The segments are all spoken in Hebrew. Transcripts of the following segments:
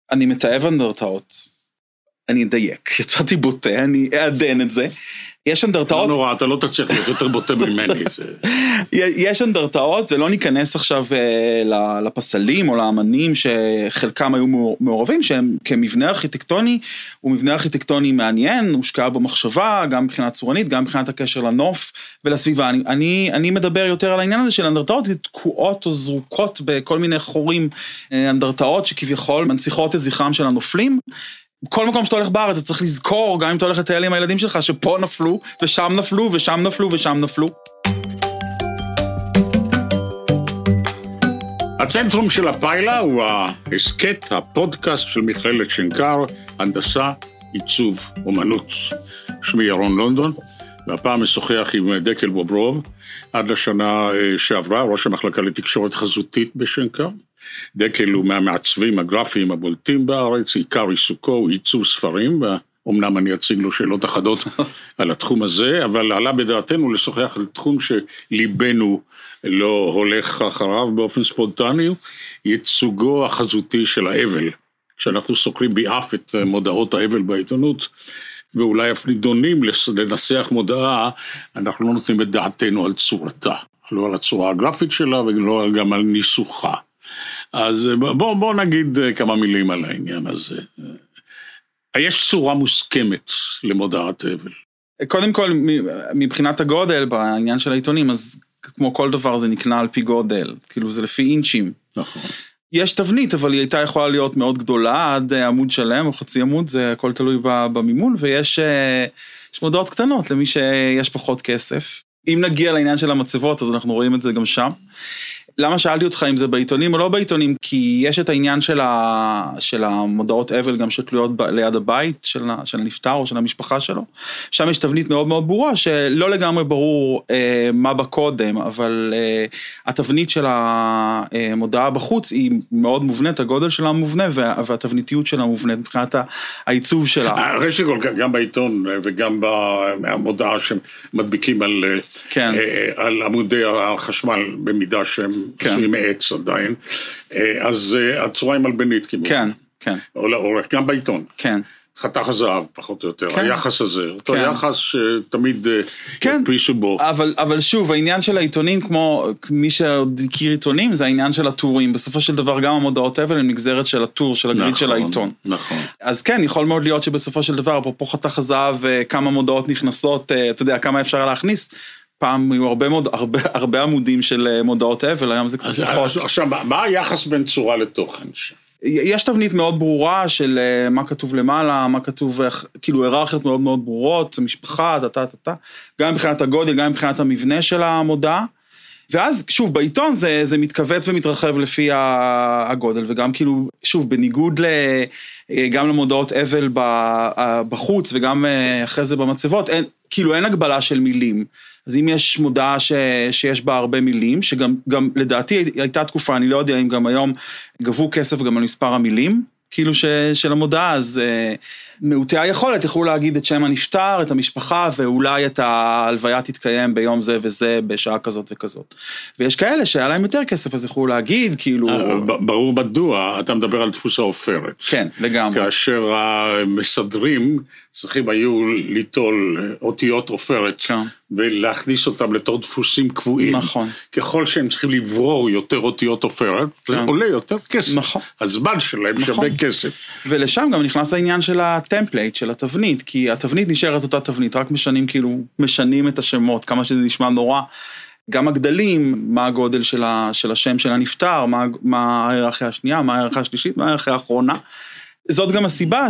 אני מתאהב אנדרטאות. אני אדייק, יצאתי בוטה, אני אעדן את זה. יש אנדרטאות... לא נורא, אתה לא תצליח להיות יותר בוטה ממני. יש אנדרטאות, ולא ניכנס עכשיו לפסלים או לאמנים שחלקם היו מעורבים, שהם כמבנה ארכיטקטוני, הוא מבנה ארכיטקטוני מעניין, הושקע במחשבה, גם מבחינת צורנית, גם מבחינת הקשר לנוף ולסביבה. אני מדבר יותר על העניין הזה של אנדרטאות, תקועות או זרוקות בכל מיני חורים, אנדרטאות שכביכול מנציחות את זכרם של הנופלים, כל מקום שאתה הולך בארץ, אתה צריך לזכור, גם אם אתה הולך לטייל עם הילדים שלך, שפה נפלו, ושם נפלו, ושם נפלו, ושם נפלו. הצנטרום של הפיילה הוא ההסקט, הפודקאסט של מכללת שנקר, הנדסה, עיצוב, אומנות. שמי ירון לונדון, והפעם משוחח עם דקל בוברוב, עד לשנה שעברה, ראש המחלקה לתקשורת חזותית בשנקר. דקל הוא מהמעצבים הגרפיים הבולטים בארץ, עיקר עיסוקו הוא עיצוב ספרים, ואומנם אני אציג לו שאלות אחדות על התחום הזה, אבל עלה בדעתנו לשוחח על תחום שליבנו לא הולך אחריו באופן ספונטני, ייצוגו החזותי של האבל. כשאנחנו סוקרים ביעף את מודעות האבל בעיתונות, ואולי אף נידונים לנסח מודעה, אנחנו לא נותנים את דעתנו על צורתה, לא על הצורה הגרפית שלה ולא גם על ניסוחה. אז בוא נגיד כמה מילים על העניין הזה. יש צורה מוסכמת למודעת אבל. קודם כל, מבחינת הגודל, בעניין של העיתונים, אז כמו כל דבר זה נקנה על פי גודל, כאילו זה לפי אינצ'ים. נכון. יש תבנית, אבל היא הייתה יכולה להיות מאוד גדולה, עד עמוד שלם או חצי עמוד, זה הכל תלוי במימון, ויש מודעות קטנות למי שיש פחות כסף. אם נגיע לעניין של המצבות, אז אנחנו רואים את זה גם שם. למה שאלתי אותך אם זה בעיתונים או לא בעיתונים? כי יש את העניין של המודעות אבל גם שתלויות ליד הבית של הנפטר או של המשפחה שלו. שם יש תבנית מאוד מאוד ברורה שלא לגמרי ברור מה בקודם, אבל התבנית של המודעה בחוץ היא מאוד מובנית, הגודל שלה מובנה והתבניתיות שלה מובנית מבחינת העיצוב שלה. ראשית כל, גם בעיתון וגם במודעה שמדביקים על עמודי החשמל במידה שהם עשויים מעץ עדיין, אז הצורה היא מלבנית כמובן. כן, כן. או גם בעיתון. כן. חתך הזהב, פחות או יותר. היחס הזה, אותו יחס שתמיד יפרישו בו. אבל שוב, העניין של העיתונים, כמו מי שעוד הכיר עיתונים, זה העניין של הטורים. בסופו של דבר גם המודעות אבל הם נגזרת של הטור, של הגריד של העיתון. נכון. אז כן, יכול מאוד להיות שבסופו של דבר, אפרופו חתך הזהב, כמה מודעות נכנסות, אתה יודע, כמה אפשר להכניס, פעם היו הרבה עמודים של מודעות אבל, היום זה קצת פחות. עכשיו, מה היחס בין צורה לתוכן? יש תבנית מאוד ברורה של מה כתוב למעלה, מה כתוב, כאילו היררכיות מאוד מאוד ברורות, משפחה, גם מבחינת הגודל, גם מבחינת המבנה של המודעה, ואז שוב בעיתון זה מתכווץ ומתרחב לפי הגודל, וגם כאילו שוב בניגוד גם למודעות אבל בחוץ, וגם אחרי זה במצבות, כאילו אין הגבלה של מילים, אז אם יש מודעה שיש בה הרבה מילים, שגם לדעתי הייתה תקופה, אני לא יודע אם גם היום גבו כסף גם על מספר המילים, כאילו של המודעה, אז מעוטי היכולת יכולו להגיד את שם הנפטר, את המשפחה, ואולי את ההלוויה תתקיים ביום זה וזה, בשעה כזאת וכזאת. ויש כאלה שהיה להם יותר כסף, אז יכולו להגיד, כאילו... ברור מדוע, אתה מדבר על דפוס האופרת. כן, לגמרי. כאשר המסדרים צריכים היו ליטול אותיות אופרת, ולהכניס אותם לתור דפוסים קבועים. נכון. ככל שהם צריכים לברור יותר אותיות אופרת, זה עולה יותר כסף. נכון. הזמן שלהם שווה כסף. ולשם גם נכנס העניין של הטמפלייט, של התבנית, כי התבנית נשארת אותה תבנית, רק משנים את השמות, כמה שזה נשמע נורא. גם הגדלים, מה הגודל של השם של הנפטר, מה ההיררכיה השנייה, מה ההיררכיה השלישית, מה ההיררכיה האחרונה. זאת גם הסיבה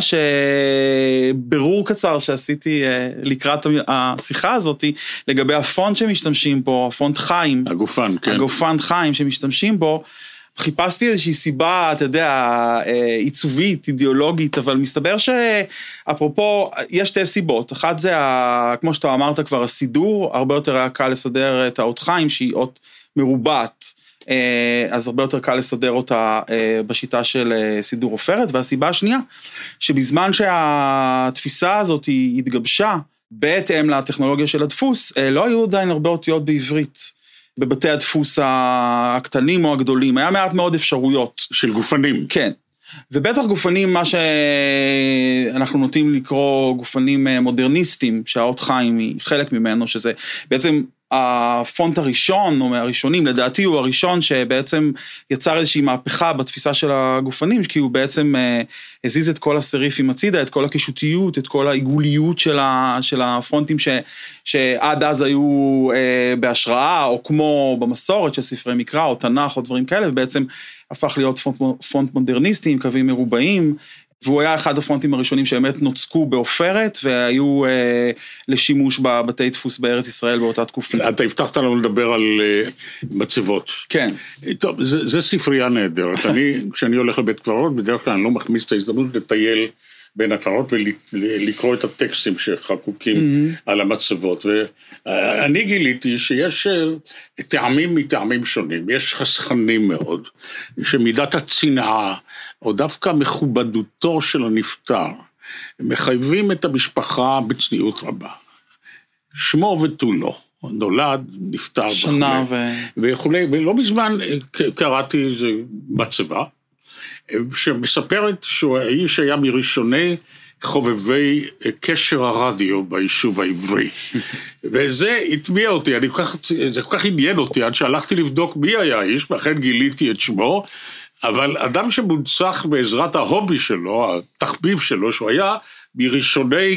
שברור קצר שעשיתי לקראת השיחה הזאת, לגבי הפונט שמשתמשים בו, הפונט חיים. הגופן, כן. הגופן חיים שמשתמשים בו, חיפשתי איזושהי סיבה, אתה יודע, עיצובית, אידיאולוגית, אבל מסתבר שאפרופו, יש שתי סיבות. אחת זה, כמו שאתה אמרת כבר, הסידור, הרבה יותר היה קל לסדר את האות חיים, שהיא אות מרובעת, אז הרבה יותר קל לסדר אותה בשיטה של סידור עופרת, והסיבה השנייה, שבזמן שהתפיסה הזאת היא התגבשה, בהתאם לטכנולוגיה של הדפוס, לא היו עדיין הרבה אותיות בעברית, בבתי הדפוס הקטנים או הגדולים, היה מעט מאוד אפשרויות. של גופנים. כן. ובטח גופנים, מה שאנחנו נוטים לקרוא גופנים מודרניסטיים, שהאות חיים היא חלק ממנו, שזה בעצם הפונט הראשון, או מהראשונים, לדעתי הוא הראשון שבעצם יצר איזושהי מהפכה בתפיסה של הגופנים, כי הוא בעצם הזיז את כל הסריפים הצידה, את כל הקישותיות, את כל העיגוליות של הפונטים שעד אז היו בהשראה, או כמו במסורת של ספרי מקרא, או תנ"ך, או דברים כאלה, ובעצם הפך להיות פונט מודרניסטי עם קווים מרובעים, והוא היה אחד הפונטים הראשונים שבאמת נוצקו באופרת, והיו לשימוש בבתי דפוס בארץ ישראל באותה תקופה. אתה הבטחת לנו לדבר על מצבות. כן. טוב, זה ספרייה נהדרת. כשאני הולך לבית קברות, בדרך כלל אני לא מחמיץ את ההזדמנות לטייל בין הקברות ולקרוא את הטקסטים שחקוקים על המצבות. ואני גיליתי שיש טעמים מטעמים שונים, יש חסכנים מאוד, שמידת הצנעה, או דווקא מכובדותו של הנפטר, מחייבים את המשפחה בצניעות רבה. שמו ותולו, נולד, נפטר שנה וכולי, ולא מזמן קראתי איזה מצבה, שמספרת שהוא האיש היה מראשוני חובבי קשר הרדיו ביישוב העברי. וזה התמיע אותי, זה כל כך עניין אותי, עד שהלכתי לבדוק מי היה האיש, ואכן גיליתי את שמו, אבל אדם שמונצח בעזרת ההובי שלו, התחביב שלו, שהוא היה מראשוני,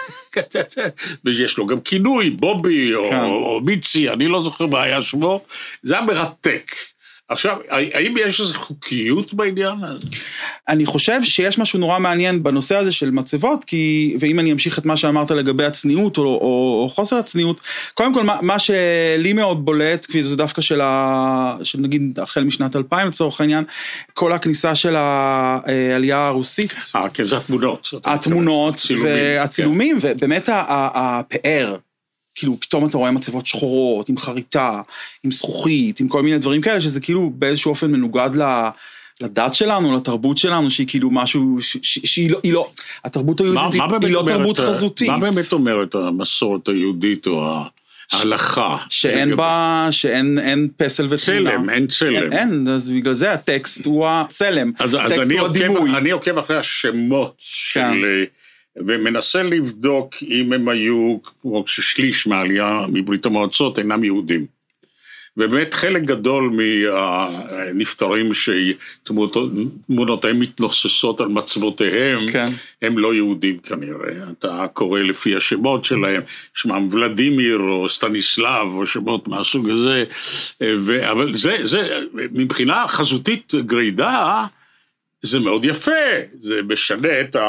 ויש לו גם כינוי, בובי או מיצי, אני לא זוכר מה היה שמו, זה היה מרתק. עכשיו, האם יש איזו חוקיות בעניין הזה? אני חושב שיש משהו נורא מעניין בנושא הזה של מצבות, ואם אני אמשיך את מה שאמרת לגבי הצניעות או חוסר הצניעות, קודם כל מה שלי מאוד בולט, זה דווקא של נגיד החל משנת 2000 לצורך העניין, כל הכניסה של העלייה הרוסית. כן, זה התמונות. התמונות והצילומים, ובאמת הפאר, כאילו פתאום אתה רואה מצבות שחורות, עם חריטה, עם זכוכית, עם כל מיני דברים כאלה, שזה כאילו באיזשהו אופן מנוגד לדת שלנו, לתרבות שלנו, שהיא כאילו משהו, שהיא לא, התרבות היהודית היא לא תרבות חזותית. מה באמת אומרת המסורת היהודית או ההלכה? שאין פסל ותמונה. צלם, אין צלם. אין, אז בגלל זה הטקסט הוא הצלם. אז אני עוקב אחרי השמות של... ומנסה לבדוק אם הם היו, כמו ששליש מהעלייה מברית המועצות אינם יהודים. ובאמת חלק גדול מהנפטרים שתמונותיהם מתנוססות על מצבותיהם, כן. הם לא יהודים כנראה. אתה קורא לפי השמות שלהם, שמם ולדימיר או סטניסלב או שמות מהסוג הזה, אבל זה מבחינה חזותית גרידה, זה מאוד יפה, זה משנה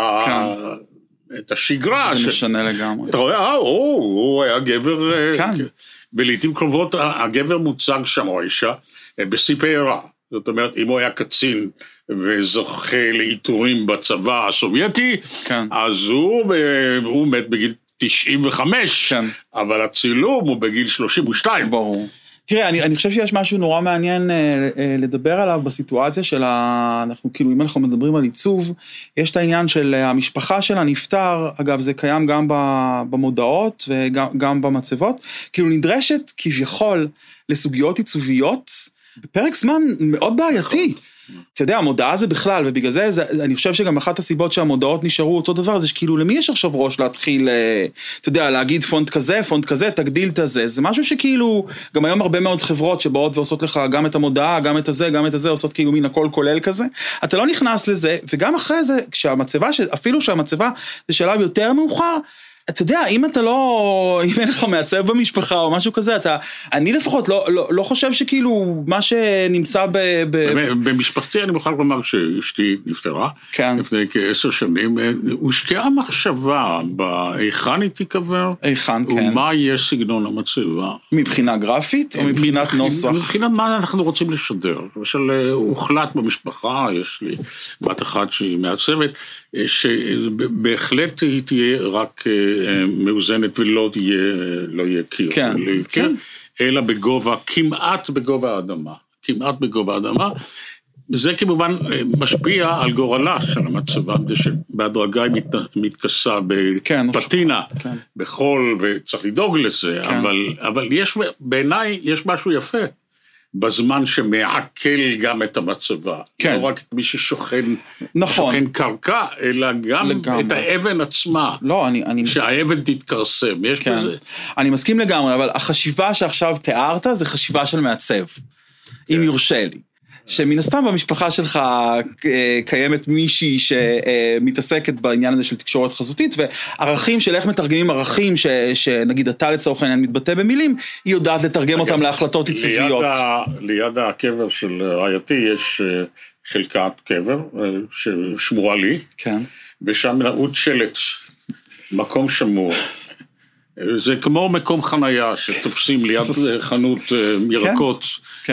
את השגרה. זה משנה לגמרי. אתה רואה, הוא היה גבר, ולעיתים קרובות הגבר מוצג שם או האישה בסיפרה. זאת אומרת, אם הוא היה קצין וזוכה לעיטורים בצבא הסובייטי, אז הוא מת בגיל 95, אבל הצילום הוא בגיל 32. ברור. תראה, אני חושב שיש משהו נורא מעניין לדבר עליו בסיטואציה של אנחנו כאילו, אם אנחנו מדברים על עיצוב, יש את העניין של המשפחה של הנפטר, אגב, זה קיים גם במודעות וגם במצבות, כאילו נדרשת כביכול לסוגיות עיצוביות, בפרק זמן מאוד בעייתי. אתה יודע, המודעה זה בכלל, ובגלל זה, אני חושב שגם אחת הסיבות שהמודעות נשארו אותו דבר, זה שכאילו למי יש עכשיו ראש להתחיל, אתה יודע, להגיד פונט כזה, תגדיל את הזה, זה משהו שכאילו, גם היום הרבה מאוד חברות שבאות ועושות לך גם את המודעה, גם את הזה, עושות כאילו מין הכל כולל כזה, אתה לא נכנס לזה, וגם אחרי זה, אפילו שהמצבה זה שלב יותר מאוחר, אתה יודע, אם אין לך מעצב במשפחה או משהו כזה, אני לפחות לא חושב שכאילו מה שנמצא במשפחתי אני מוכן לומר שאשתי נפטרה, לפני כ10 שנים, הושקעה מחשבה באיכן היא תיקבר, ומה יש סגנון המצבה. מבחינה גרפית או מבחינת נוסח? מבחינת מה אנחנו רוצים לשדר. למשל, הוחלט במשפחה, יש לי בת אחת שהיא מעצבת, שבהחלט היא תהיה רק מאוזנת ולא יהיה קיר, אלא בגובה, כמעט בגובה האדמה, זה כמובן משפיע על גורלה של המצבה, שבהדרגה היא מתכסה בפטינה, בחול, וצריך לדאוג לזה, אבל בעיניי יש משהו יפה בזמן שמעכל גם את המצבה. כן. לא רק את מי ששוכן, נכון. שוכן קרקע, אלא גם לגמרי. את האבן עצמה. לא, אני שהאבן תתקרסם. יש כן. בזה. אני מסכים לגמרי, אבל החשיבה שעכשיו תיארת, זה חשיבה של מעצב. כן. אם יורשה לי. שמן הסתם במשפחה שלך קיימת מישהי שמתעסקת בעניין הזה של תקשורת חזותית, וערכים של איך מתרגמים ערכים שנגיד אתה לצורך העניין מתבטא במילים, היא יודעת לתרגם אותם להחלטות עיצוביות. ליד הקבר של רעייתי יש חלקת קבר ששמורה לי, כן. ושם נעוד שלט, מקום שמור. זה כמו מקום חנייה שתופסים ליד חנות ירקות,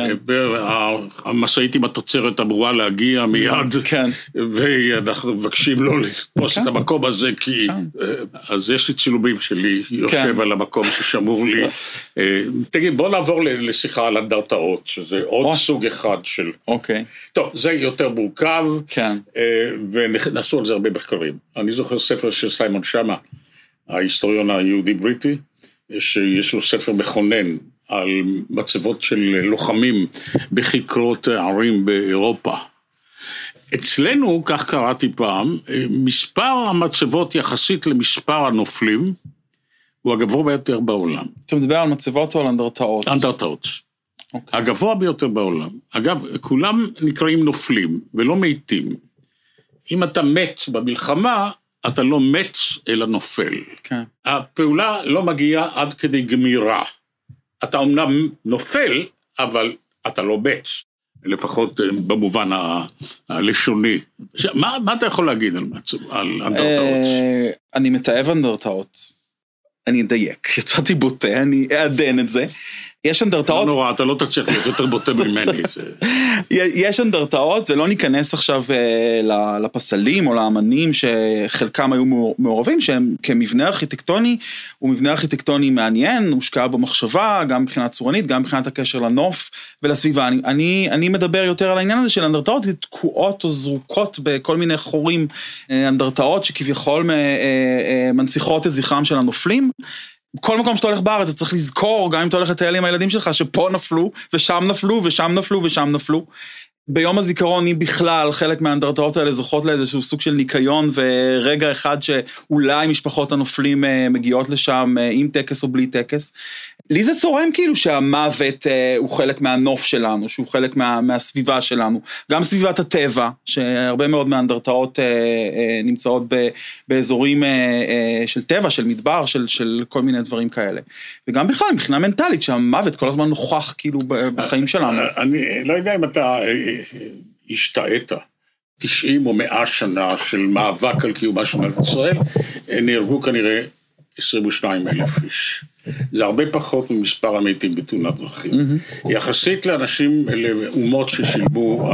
המשאית עם התוצרת אמורה להגיע מיד, ואנחנו מבקשים לא לתפוס את המקום הזה, כי אז יש לי צילומים שלי, יושב על המקום ששמור לי. תגיד, בוא נעבור לשיחה על אנדרטאות, שזה עוד סוג אחד של... טוב, זה יותר מורכב, ונעשו על זה הרבה מחקרים. אני זוכר ספר של סיימון שמה, ההיסטוריון היהודי-בריטי, שיש לו ספר מכונן על מצבות של לוחמים בכיכרות ערים באירופה. אצלנו, כך קראתי פעם, מספר המצבות יחסית למספר הנופלים, הוא הגבוה ביותר בעולם. אתה מדבר על מצבות או על אנדרטאות? אנדרטאות. הגבוה ביותר בעולם. אגב, כולם נקראים נופלים ולא מתים. אם אתה מת במלחמה, אתה לא מת, אלא נופל. כן. הפעולה לא מגיעה עד כדי גמירה. אתה אומנם נופל, אבל אתה לא מת. לפחות במובן הלשוני. מה אתה יכול להגיד על אנדרטאות? אני מתאהב אנדרטאות. אני אדייק. יצאתי בוטה, אני אעדן את זה. יש אנדרטאות... לא נורא, אתה לא תצליח להיות יותר בוטה ממני. יש אנדרטאות, ולא ניכנס עכשיו לפסלים או לאמנים שחלקם היו מעורבים, שהם כמבנה ארכיטקטוני, הוא מבנה ארכיטקטוני מעניין, הושקע במחשבה, גם מבחינת צורנית, גם מבחינת הקשר לנוף ולסביבה. אני מדבר יותר על העניין הזה של אנדרטאות, תקועות או זרוקות בכל מיני חורים, אנדרטאות שכביכול מנציחות את זכרם של הנופלים, כל מקום שאתה הולך בארץ, אתה צריך לזכור, גם אם אתה הולך לטייל עם הילדים שלך, שפה נפלו, ושם נפלו, ושם נפלו, ושם נפלו. ביום הזיכרון, אם בכלל, חלק מהאנדרטאות האלה זוכות לאיזשהו סוג של ניקיון, ורגע אחד שאולי משפחות הנופלים מגיעות לשם, עם טקס או בלי טקס. לי זה צורם כאילו שהמוות הוא חלק מהנוף שלנו, שהוא חלק מהסביבה שלנו. גם סביבת הטבע, שהרבה מאוד מהאנדרטאות נמצאות באזורים של טבע, של מדבר, של כל מיני דברים כאלה. וגם בכלל, מבחינה מנטלית, שהמוות כל הזמן נוכח כאילו בחיים שלנו. אני לא יודע אם אתה השתעת. 90 או 100 שנה של מאבק על קיומה של מדינת ישראל, נהרגו כנראה 22,000 איש. זה הרבה פחות ממספר המתים בתאונת דרכים. יחסית לאנשים, לאומות ששילמו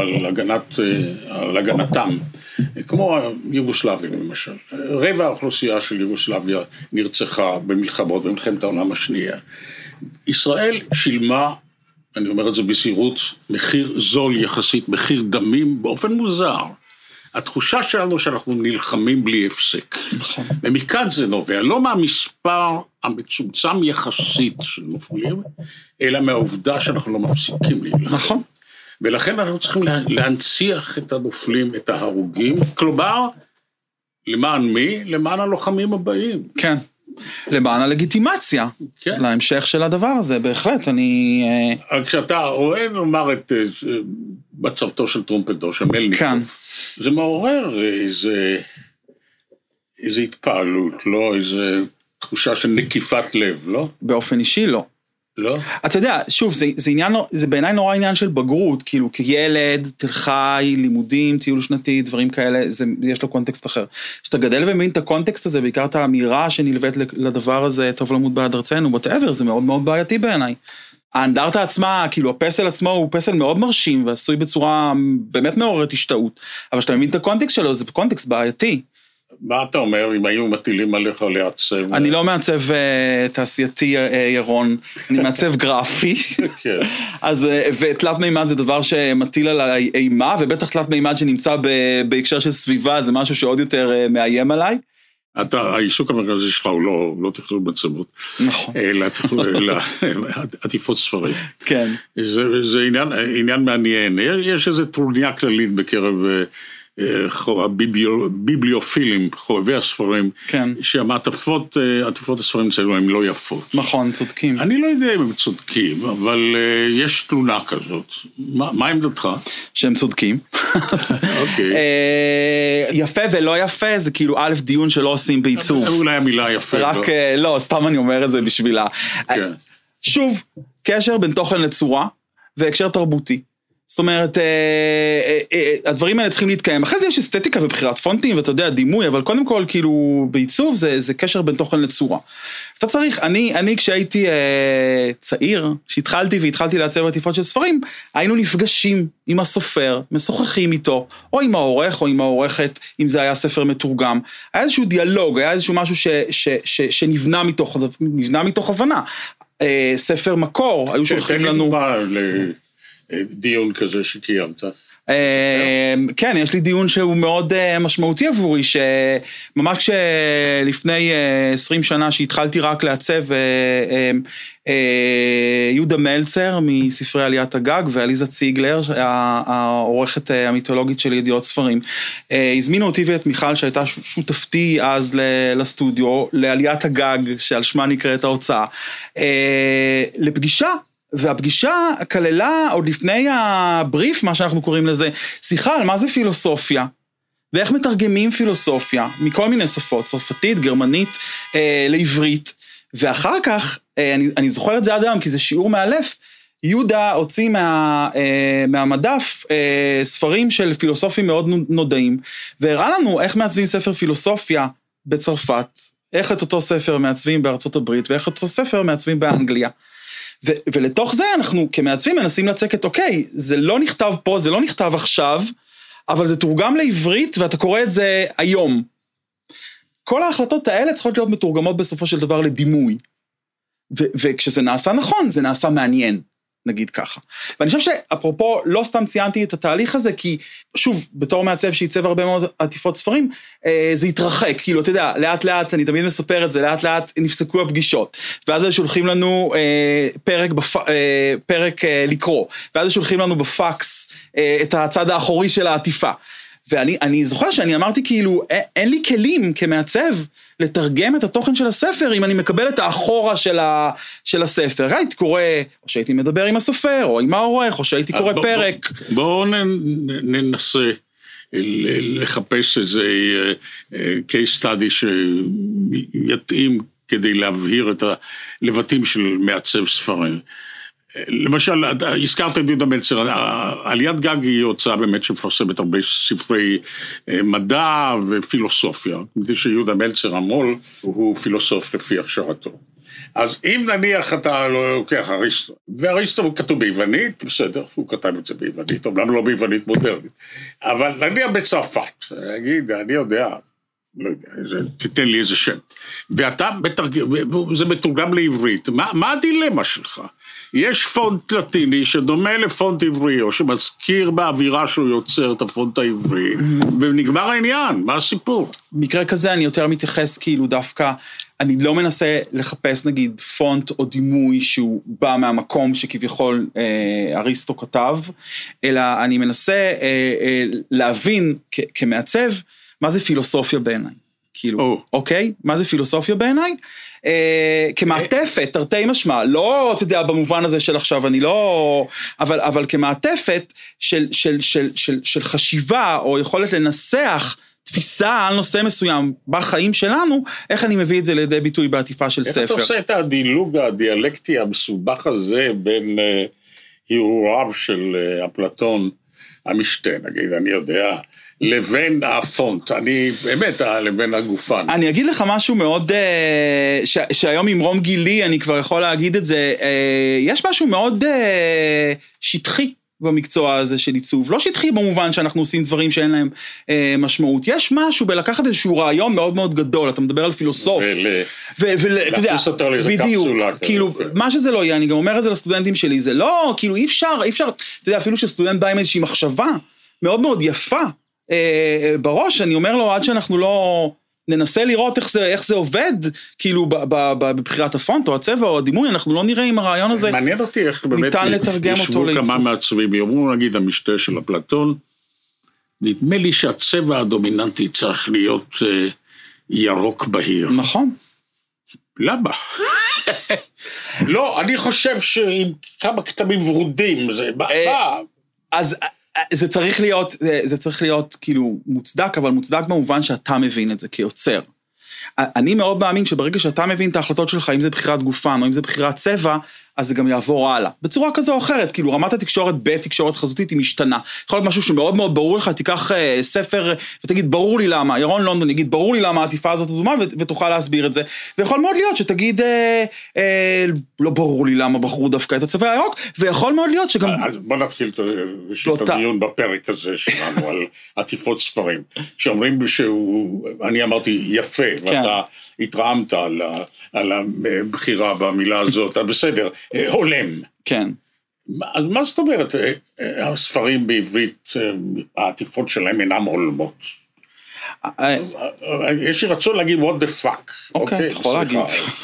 על הגנתם, כמו יוגוסלבים למשל. רבע האוכלוסייה של יוגוסלביה נרצחה במלחמות, במלחמת העולם השנייה. ישראל שילמה, אני אומר את זה בזהירות, מחיר זול יחסית, מחיר דמים באופן מוזר. התחושה שלנו שאנחנו נלחמים בלי הפסק. ומכאן זה נובע, לא מהמספר המצומצם יחסית של נופלים, אלא מהעובדה שאנחנו לא מפסיקים להילחם. נכון. ולכן אנחנו צריכים להנציח את הנופלים, את ההרוגים, כלומר, למען מי? למען הלוחמים הבאים. כן. למען הלגיטימציה, כן. להמשך של הדבר הזה, בהחלט, אני... כשאתה רואה, נאמר, את מצבתו של טרומפלדור, של מלניקוב, כן. זה מעורר איזו התפעלות, לא? איזו תחושה של נקיפת לב, לא? באופן אישי, לא. לא? אתה יודע, שוב, זה עניין, זה בעיניי נורא עניין של בגרות, כאילו כילד, תלחי, לימודים, טיול שנתי, דברים כאלה, יש לו קונטקסט אחר. כשאתה גדל ומבין את הקונטקסט הזה, בעיקר את האמירה שנלווית לדבר הזה, טוב למות בעד ארצנו, whatever, זה מאוד מאוד בעייתי בעיניי. האנדרטה עצמה, כאילו הפסל עצמו הוא פסל מאוד מרשים, ועשוי בצורה באמת מעוררת השתאות, אבל כשאתה מבין את הקונטקסט שלו, זה קונטקסט בעייתי. מה אתה אומר, אם היו מטילים עליך לעצב? אני לא מעצב תעשייתי ירון, אני מעצב גרפי. כן. אז, ותלת מימד זה דבר שמטיל עליי אימה, ובטח תלת מימד שנמצא בהקשר של סביבה, זה משהו שעוד יותר מאיים עליי. העיסוק המרכזי שלך הוא לא תכנון מצבות. נכון. אלא עטיפות ספרים. כן. זה עניין מעניין. יש איזו טרוניה כללית בקרב הביבליופילים, חובבי הספרים, שהמעטפות, עטיפות הספרים אצלנו הן לא יפות. נכון, צודקים. אני לא יודע אם הם צודקים, אבל יש תלונה כזאת. מה עמדתך? שהם צודקים. אוקיי. יפה ולא יפה, זה כאילו א' דיון שלא עושים בעיצוב. אולי המילה יפה. רק, לא, סתם אני אומר את זה בשבילה. שוב, קשר בין תוכן לצורה, והקשר תרבותי. זאת אומרת, הדברים האלה צריכים להתקיים. אחרי זה יש אסתטיקה ובחירת פונטים, ואתה יודע, דימוי, אבל קודם כל, כאילו, בעיצוב זה קשר בין תוכן לצורה. אתה צריך, אני כשהייתי צעיר, שהתחלתי לעצב עטיפות של ספרים, היינו נפגשים עם הסופר, משוחחים איתו, או עם העורך, או עם העורכת, אם זה היה ספר מתורגם. היה איזשהו דיאלוג, היה איזשהו משהו שנבנה מתוך הבנה. ספר מקור, היו שולחים לנו... דיון כזה שקיימת. כן, יש לי דיון שהוא מאוד משמעותי עבורי, שממש לפני 20 שנה שהתחלתי רק לעצב, יהודה מלצר מספרי עליית הגג, ואליזה ציגלר, העורכת המיתולוגית של ידיעות ספרים, הזמינו אותי ואת מיכל שהייתה שותפתי אז לסטודיו, לעליית הגג, שעל שמה נקראת ההוצאה, לפגישה, והפגישה כללה עוד לפני הבריף, מה שאנחנו קוראים לזה, שיחה על מה זה פילוסופיה, ואיך מתרגמים פילוסופיה, מכל מיני שפות, צרפתית, גרמנית, לעברית, ואחר כך, אני זוכר את זה עד היום, כי זה שיעור מאלף, יהודה הוציא מהמדף ספרים של פילוסופים מאוד נודעים, והראה לנו איך מעצבים ספר פילוסופיה בצרפת, איך את אותו ספר מעצבים בארצות הברית, ואיך את אותו ספר מעצבים באנגליה. ולתוך זה אנחנו כמעצבים מנסים לצקת, אוקיי, זה לא נכתב פה, זה לא נכתב עכשיו, אבל זה תורגם לעברית, ואתה קורא את זה היום. כל ההחלטות האלה צריכות להיות מתורגמות בסופו של דבר לדימוי. וכשזה נעשה נכון, זה נעשה מעניין, נגיד ככה. ואני חושב שאפרופו, לא סתם ציינתי את התהליך הזה, כי שוב, בתור מעצב שעיצב הרבה מאוד עטיפות ספרים, זה התרחק, כאילו, אתה יודע, לאט לאט, אני תמיד מספר את זה, לאט לאט נפסקו הפגישות, ואז שולחים לנו פרק לקרוא, ואז שולחים לנו בפקס את הצד האחורי של העטיפה. ואני זוכר שאני אמרתי כאילו, אין לי כלים כמעצב לתרגם את התוכן של הספר, אם אני מקבל את האחורה של הספר. הייתי קורא, או שהייתי מדבר עם הסופר, או עם העורך, או שהייתי קורא פרק. בואו ננסה לחפש איזה case study שיתאים כדי להבהיר את הלבטים של מעצב ספרים. למשל, הזכרת את יהודה מלצר, עליית גג היא הוצאה באמת שמפרסמת הרבה ספרי מדע ופילוסופיה, כדי שיהודה מלצר המול הוא פילוסוף לפי הכשרתו. אז אם נניח אתה לוקח אריסטו, ואריסטו הוא כתוב ביוונית, בסדר, הוא כתב את זה ביוונית, אומנם לא ביוונית מודרנית, אבל נניח בצרפת, נגיד, אני יודע, לא יודע, תיתן לי איזה שם, ואתה זה מתורגם לעברית, מה הדילמה שלך? יש פונט לטיני שדומה לפונט עברי, או שמזכיר באווירה שהוא יוצר את הפונט העברי, ונגמר העניין, מה הסיפור? במקרה כזה אני יותר מתייחס כאילו דווקא, אני לא מנסה לחפש נגיד פונט או דימוי שהוא בא מהמקום שכביכול אריסטו כתב, אלא אני מנסה להבין כמעצב, מה זה פילוסופיה בעיניי? כאילו, אוקיי? מה זה פילוסופיה בעיניי? כמעטפת, תרתי משמע, לא, אתה יודע, במובן הזה של עכשיו, אני לא, אבל כמעטפת של חשיבה, או יכולת לנסח תפיסה על נושא מסוים בחיים שלנו, איך אני מביא את זה לידי ביטוי בעטיפה של ספר. איך אתה עושה את הדילוג הדיאלקטי המסובך הזה, בין הרהוריו של אפלטון המשתה, נגיד, אני יודע, לבין הפונט, אני באמת, לבין הגופן. אני אגיד לך משהו מאוד, שהיום עם רום גילי, אני כבר יכול להגיד את זה, יש משהו מאוד שטחי במקצוע הזה של עיצוב, לא שטחי במובן שאנחנו עושים דברים שאין להם משמעות, יש משהו בלקחת איזשהו רעיון מאוד מאוד גדול, אתה מדבר על פילוסוף, להכניס אותו לאיזה קפסולה. כאילו, מה שזה לא יהיה, אני גם אומר את זה לסטודנטים שלי, זה לא, כאילו אי אפשר, אתה יודע, אפילו שסטודנט בא עם איזושהי מחשבה מאוד מאוד יפה, בראש, אני אומר לו, עד שאנחנו לא ננסה לראות איך זה עובד, כאילו בבחירת הפונט או הצבע או הדימוי, אנחנו לא נראה אם הרעיון הזה מעניין אותי איך באמת ניתן לתרגם אותו ישבו כמה מעצבים, יאמרו נגיד המשתה של אפלטון, נדמה לי שהצבע הדומיננטי צריך להיות ירוק בהיר. נכון. למה? לא, אני חושב שעם כמה כתמים ורודים, זה אז זה צריך להיות כאילו מוצדק, אבל מוצדק במובן שאתה מבין את זה כיוצר. אני מאוד מאמין שברגע שאתה מבין את ההחלטות שלך, אם זה בחירת גופן או אם זה בחירת צבע, אז זה גם יעבור הלאה. בצורה כזו או אחרת, כאילו רמת התקשורת בתקשורת חזותית היא משתנה. יכול להיות משהו שמאוד מאוד ברור לך, תיקח ספר ותגיד ברור לי למה, ירון לונדון יגיד ברור לי למה העטיפה הזאת אדומה ותוכל להסביר את זה. ויכול מאוד להיות שתגיד לא ברור לי למה בחרו דווקא את הצבע הירוק, ויכול מאוד להיות שגם... אז בוא נתחיל את הדיון בפרק הזה שלנו על עטיפות ספרים, שאומרים אני אמרתי יפה, ואתה התרעמת על הבחירה במילה הזאת, בסדר, הולם. כן. אז מה זאת אומרת, הספרים בעברית, העטיפות שלהם אינם הולמות? יש לי רצון להגיד what the fuck. אוקיי, אתה יכול להגיד.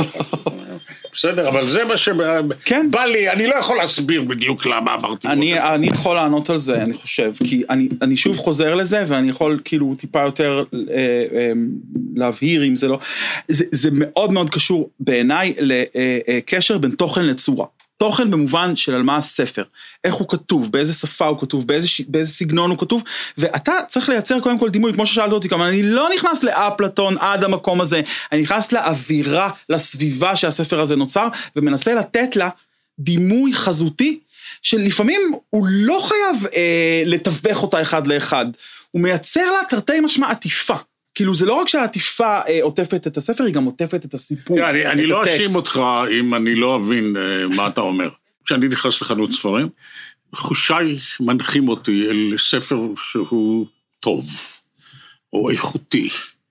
בסדר, אבל זה מה שבא לי, אני לא יכול להסביר בדיוק למה אמרתי. אני יכול לענות על זה, אני חושב, כי אני שוב חוזר לזה, ואני יכול כאילו טיפה יותר להבהיר אם זה לא, זה מאוד מאוד קשור בעיניי לקשר בין תוכן לצורה. תוכן במובן של על מה הספר, איך הוא כתוב, באיזה שפה הוא כתוב, באיזה סגנון הוא כתוב, ואתה צריך לייצר קודם כל דימוי, כמו ששאלת אותי כמה, אני לא נכנס לאפלטון עד המקום הזה, אני נכנס לאווירה, לסביבה שהספר הזה נוצר, ומנסה לתת לה דימוי חזותי, שלפעמים הוא לא חייב לתווך אותה אחד לאחד, הוא מייצר לה תרתי משמע עטיפה, כאילו זה לא רק שהעטיפה עוטפת את הספר, היא גם עוטפת את הסיפור, את הטקסט. אני לא אשים אותך אם אני לא אבין מה אתה אומר. כשאני נכנס לחנות ספרים, חושיי מנחים אותי אל ספר שהוא טוב, או איכותי,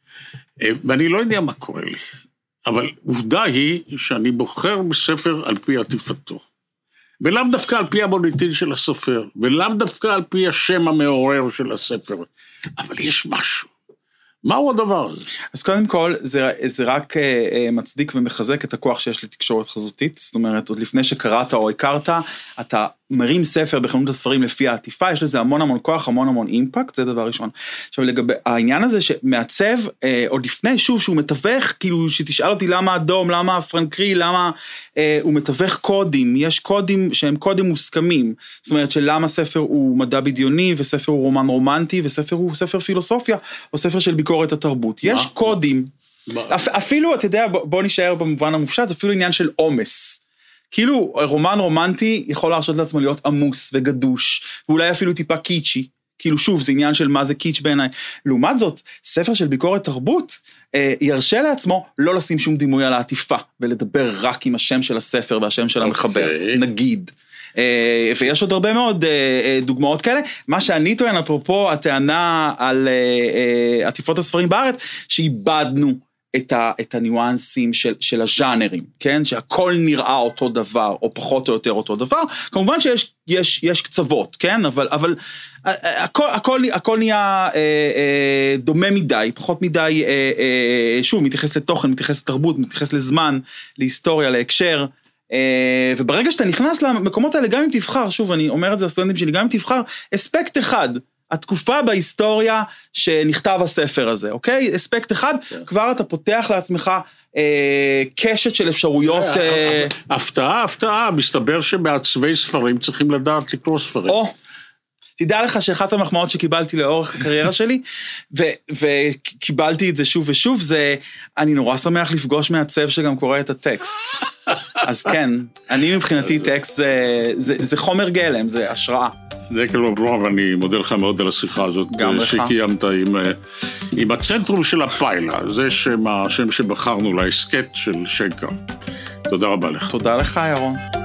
ואני לא יודע מה קורה לי. אבל עובדה היא שאני בוחר בספר על פי עטיפתו. ולאו דווקא על פי המוניטין של הסופר, ולאו דווקא על פי השם המעורר של הספר. אבל יש משהו. מהו הדבר הזה? אז קודם כל, זה רק מצדיק ומחזק את הכוח שיש לתקשורת חזותית, זאת אומרת, עוד לפני שקראת או הכרת, אתה מרים ספר בחנות הספרים לפי העטיפה, יש לזה המון המון כוח, המון המון אימפקט, זה דבר ראשון. עכשיו, לגבי העניין הזה שמעצב, עוד לפני, שוב, שהוא מתווך, כאילו שתשאל אותי למה אדום, למה פרנקרי, למה הוא מתווך קודים, יש קודים שהם קודים מוסכמים, זאת אומרת שלמה ספר הוא מדע בדיוני, וספר הוא רומן רומנטי, וספר הוא ספר פילוסופיה, או ספר של ביקורת התרבות. יש קודים, אפילו, אתה יודע, בוא נשאר במובן המופשט, אפילו עניין של אומס. כאילו, רומן רומנטי יכול להרשות לעצמו להיות עמוס וגדוש, ואולי אפילו טיפה קיצ'י, כאילו שוב, זה עניין של מה זה קיץ' בעיניי. לעומת זאת, ספר של ביקורת תרבות, ירשה לעצמו לא לשים שום דימוי על העטיפה, ולדבר רק עם השם של הספר והשם של המחבר, נגיד. ויש עוד הרבה מאוד דוגמאות כאלה. מה שאני טוען, אפרופו הטענה על עטיפות הספרים בארץ, שאיבדנו את הניואנסים של הז'אנרים, כן? שהכל נראה אותו דבר, או פחות או יותר אותו דבר. כמובן שיש קצוות, כן? אבל הכל נהיה דומה מדי, פחות מדי, שוב, מתייחס לתוכן, מתייחס לתרבות, מתייחס לזמן, להיסטוריה, להקשר, וברגע שאתה נכנס למקומות האלה, גם אם תבחר, שוב, אני אומר את זה לסטודנטים שלי, גם אם תבחר אספקט אחד, התקופה בהיסטוריה שנכתב הספר הזה, אוקיי? אספקט אחד, כבר אתה פותח לעצמך קשת של אפשרויות. הפתעה, מסתבר שמעצבי ספרים צריכים לדעת לקרוא ספרים. תדע לך שאחת המחמאות שקיבלתי לאורך הקריירה שלי, וקיבלתי את זה שוב ושוב, זה, אני נורא שמח לפגוש מעצב שגם קורא את הטקסט. אז כן, אני מבחינתי טקסט זה חומר גלם, זה השראה. דקל בוברון, ואני מודה לך מאוד על השיחה הזאת שקיימת עם הצנטרום של הפיילה, זה השם שבחרנו להסקט של שנקר. תודה רבה לך. תודה לך, ירון.